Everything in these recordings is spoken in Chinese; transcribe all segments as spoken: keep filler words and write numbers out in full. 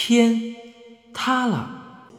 天塌了。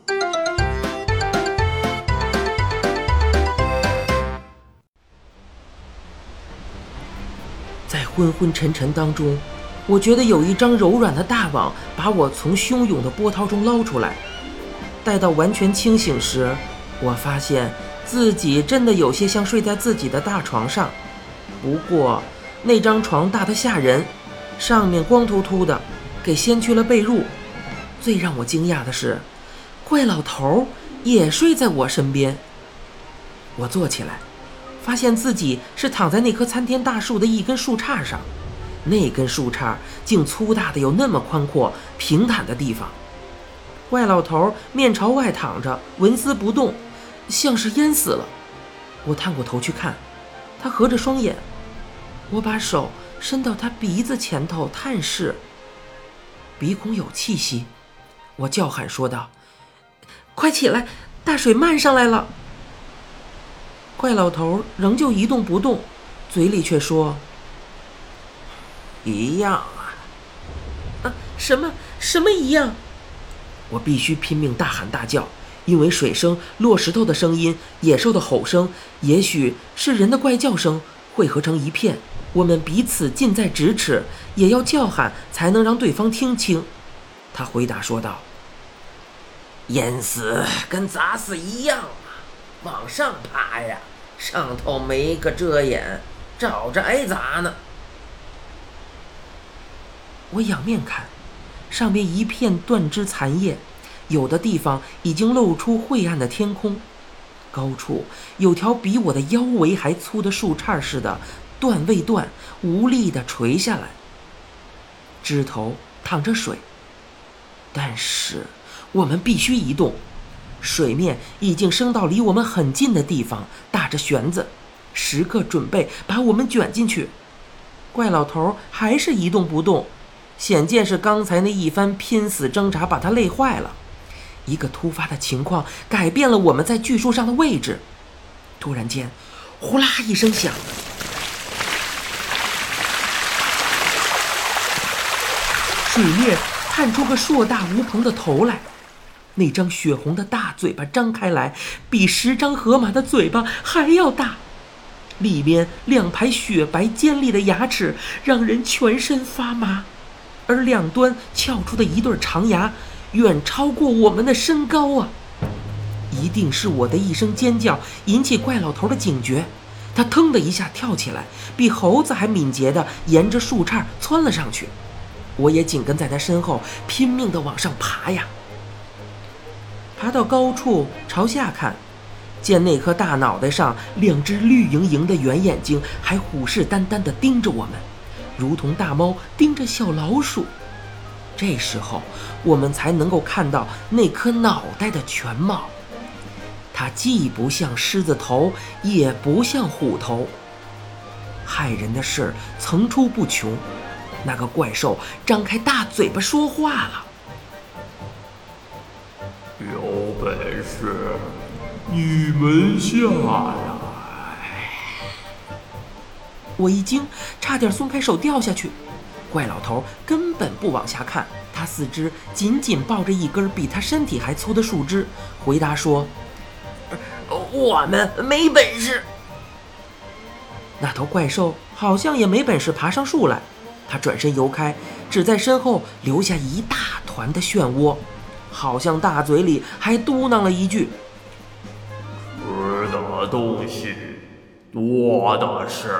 在昏昏沉沉当中，我觉得有一张柔软的大网把我从汹涌的波涛中捞出来。待到完全清醒时，我发现自己真的有些像睡在自己的大床上，不过那张床大得吓人，上面光秃秃的，给掀去了被褥。最让我惊讶的是，怪老头也睡在我身边。我坐起来，发现自己是躺在那棵参天大树的一根树杈上，那根树杈竟粗大的有那么宽阔平坦的地方。怪老头面朝外躺着，纹丝不动，像是淹死了。我探过头去看，他合着双眼。我把手伸到他鼻子前头探视，鼻孔有气息。我叫喊说道：“快起来，大水漫上来了！”怪老头仍旧一动不动，嘴里却说：“一样啊。”啊，什么什么一样？我必须拼命大喊大叫，因为水声、落石头的声音、野兽的吼声，也许是人的怪叫声，汇合成一片。我们彼此近在咫尺，也要叫喊才能让对方听清。他回答说道：“淹死跟砸死一样啊，往上爬呀，上头没个遮掩，照着挨砸呢。”我仰面看，上面一片断枝残叶，有的地方已经露出晦暗的天空，高处有条比我的腰围还粗的树杈似的断未断，无力地垂下来，枝头淌着水。但是我们必须移动，水面已经升到离我们很近的地方，打着旋子，时刻准备把我们卷进去。怪老头还是一动不动，显见是刚才那一番拼死挣扎把他累坏了。一个突发的情况改变了我们在巨树上的位置。突然间，呼啦一声响，水面探出个硕大无朋的头来，那张血红的大嘴巴张开来，比十张河马的嘴巴还要大，里面两排雪白尖利的牙齿让人全身发麻，而两端翘出的一对长牙远超过我们的身高啊！一定是我的一声尖叫引起怪老头的警觉，他腾的一下跳起来，比猴子还敏捷地沿着树杈窜了上去。我也紧跟在他身后，拼命地往上爬呀。爬到高处朝下看，见那颗大脑袋上两只绿莹莹的圆眼睛还虎视眈眈地盯着我们，如同大猫盯着小老鼠。这时候我们才能够看到那颗脑袋的全貌，它既不像狮子头，也不像虎头。骇人的事层出不穷，那个怪兽张开大嘴巴说话了：“ 有本事你们下来！” 我一惊，差点松开手掉下去。怪老头根本不往下看，他四肢紧紧抱着一根比他身体还粗的树枝，回答说：“我们没本事。”那头怪兽好像也没本事爬上树来，他转身游开，只在身后留下一大团的漩涡，好像大嘴里还嘟囔了一句：“ 吃的东西多的是。”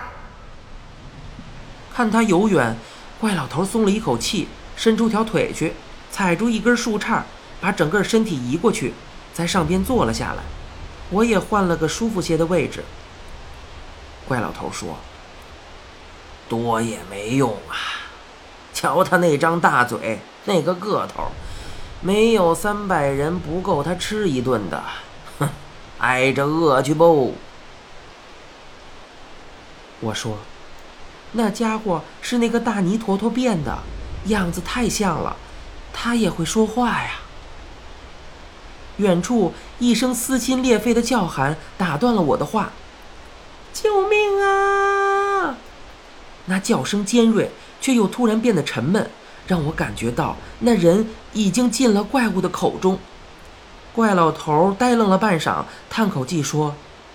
看他游远，怪老头松了一口气，伸出条腿去，踩住一根树杈，把整个身体移过去，在上边坐了下来。我也换了个舒服些的位置。怪老头说：“多也没用啊，瞧他那张大嘴，那个个头，没有三百人不够他吃一顿的，哼，挨着饿去不？”我说：“那家伙是那个大泥坨坨变的，样子太像了，他也会说话呀。”远处一声撕心裂肺的叫喊打断了我的话：“救命啊！”那叫声尖锐，却又突然变得沉闷， 让我感觉到那人已经进了怪物的口中。怪老头呆愣了半晌，叹口气说：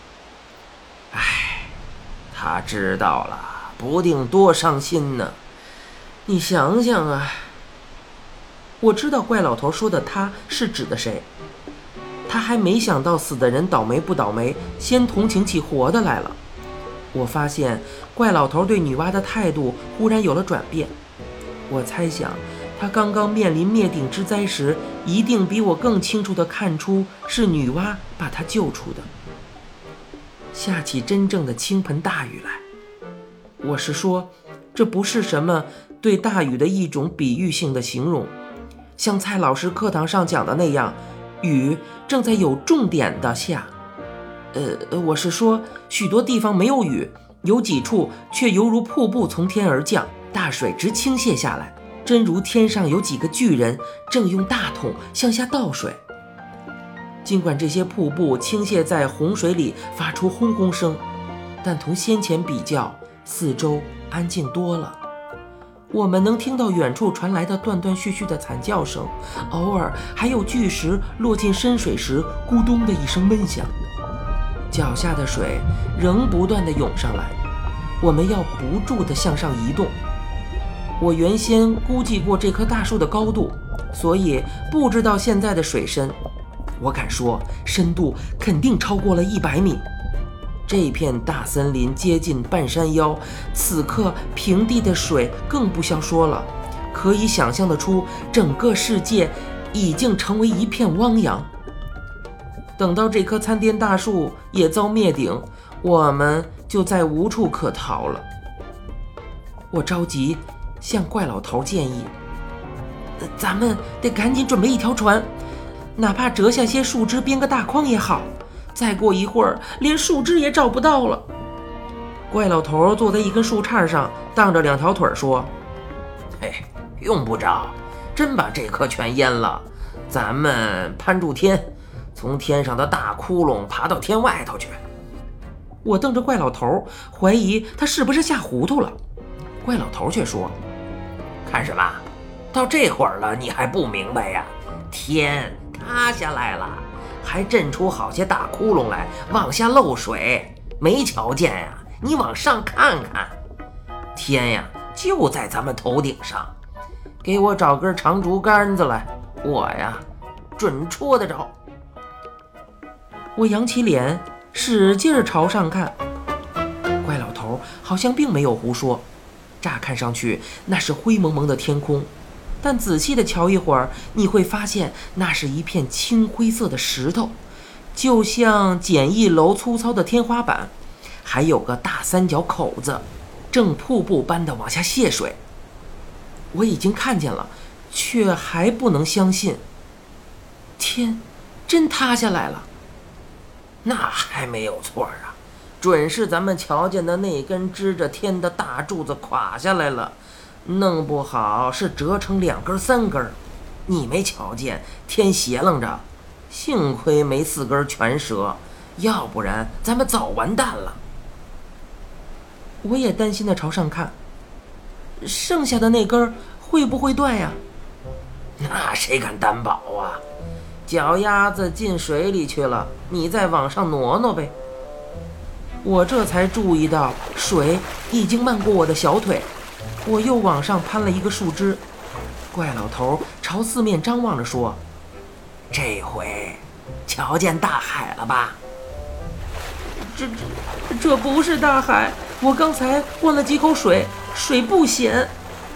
唉，他知道了，不定多伤心呢。 你想想啊。我知道怪老头说的他是指的谁，他还没想到死的人倒霉不倒霉，先同情起活的来了。我发现怪老头对女娲的态度忽然有了转变，我猜想他刚刚面临灭顶之灾时，一定比我更清楚地看出是女娲把他救出的。下起真正的倾盆大雨来，我是说，这不是什么对大雨的一种比喻性的形容，像蔡老师课堂上讲的那样，雨正在有重点的下。呃，我是说，许多地方没有雨，有几处却犹如瀑布从天而降，大水直倾泻下来，真如天上有几个巨人正用大桶向下倒水。尽管这些瀑布倾泻在洪水里发出轰轰声，但同先前比较，四周安静多了。我们能听到远处传来的断断续续的惨叫声，偶尔还有巨石落进深水时咕咚的一声闷响。脚下的水仍不断地涌上来，我们要不住地向上移动。我原先估计过这棵大树的高度，所以不知道现在的水深。我敢说，深度肯定超过了一百米。这片大森林接近半山腰，此刻平地的水更不消说了，可以想象得出，整个世界已经成为一片汪洋。等到这棵参天大树也遭灭顶，我们就再无处可逃了。我着急向怪老头建议，咱们得赶紧准备一条船，哪怕折下些树枝编个大筐也好，再过一会儿连树枝也找不到了。怪老头坐在一根树杈上，荡着两条腿说： 嘿，用不着，真把这棵全淹了，咱们攀住天，从天上的大窟窿爬到天外头去。 我瞪着怪老头，怀疑他是不是吓糊涂了。怪老头却说： 看什么？到这会儿了你还不明白呀？天塌下来了，还震出好些大窟窿来，往下漏水，没瞧见呀？你往上看看，天呀就在咱们头顶上。给我找根长竹竿子来，我呀准戳得着。 我扬起脸，使劲朝上看，怪老头好像并没有胡说。乍看上去那是灰蒙蒙的天空，但仔细的瞧一会儿，你会发现那是一片青灰色的石头，就像简易楼粗糙的天花板，还有个大三角口子，正瀑布般的往下泄水。我已经看见了，却还不能相信，天真塌下来了。 那还没有错啊，准是咱们瞧见的那根支着天的大柱子垮下来了，弄不好是折成两根三根。你没瞧见天斜楞着，幸亏没四根全折，要不然咱们早完蛋了。 我也担心的朝上看，剩下的那根会不会断呀？ 那谁敢担保啊？脚丫子进水里去了，你再往上挪挪呗。 我这才注意到水已经漫过我的小腿，我又往上攀了一个树枝。怪老头朝四面张望着说： 这回瞧见大海了吧？ 这这这不是大海，我刚才灌了几口水，水不咸。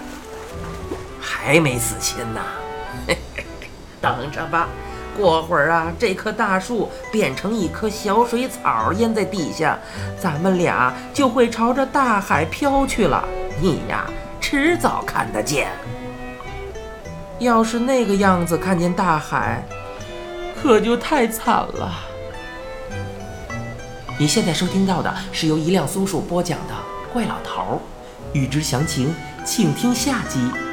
还没死心呐？嘿嘿嘿，等着吧，过会儿啊，这棵大树变成一棵小水草淹在地下， 咱们俩就会朝着大海飘去了。 你呀，迟早看得见。 要是那个样子看见大海，可就太惨了。你现在收听到的是由一辆松鼠播讲的《怪老头》，欲知详情，请听下集。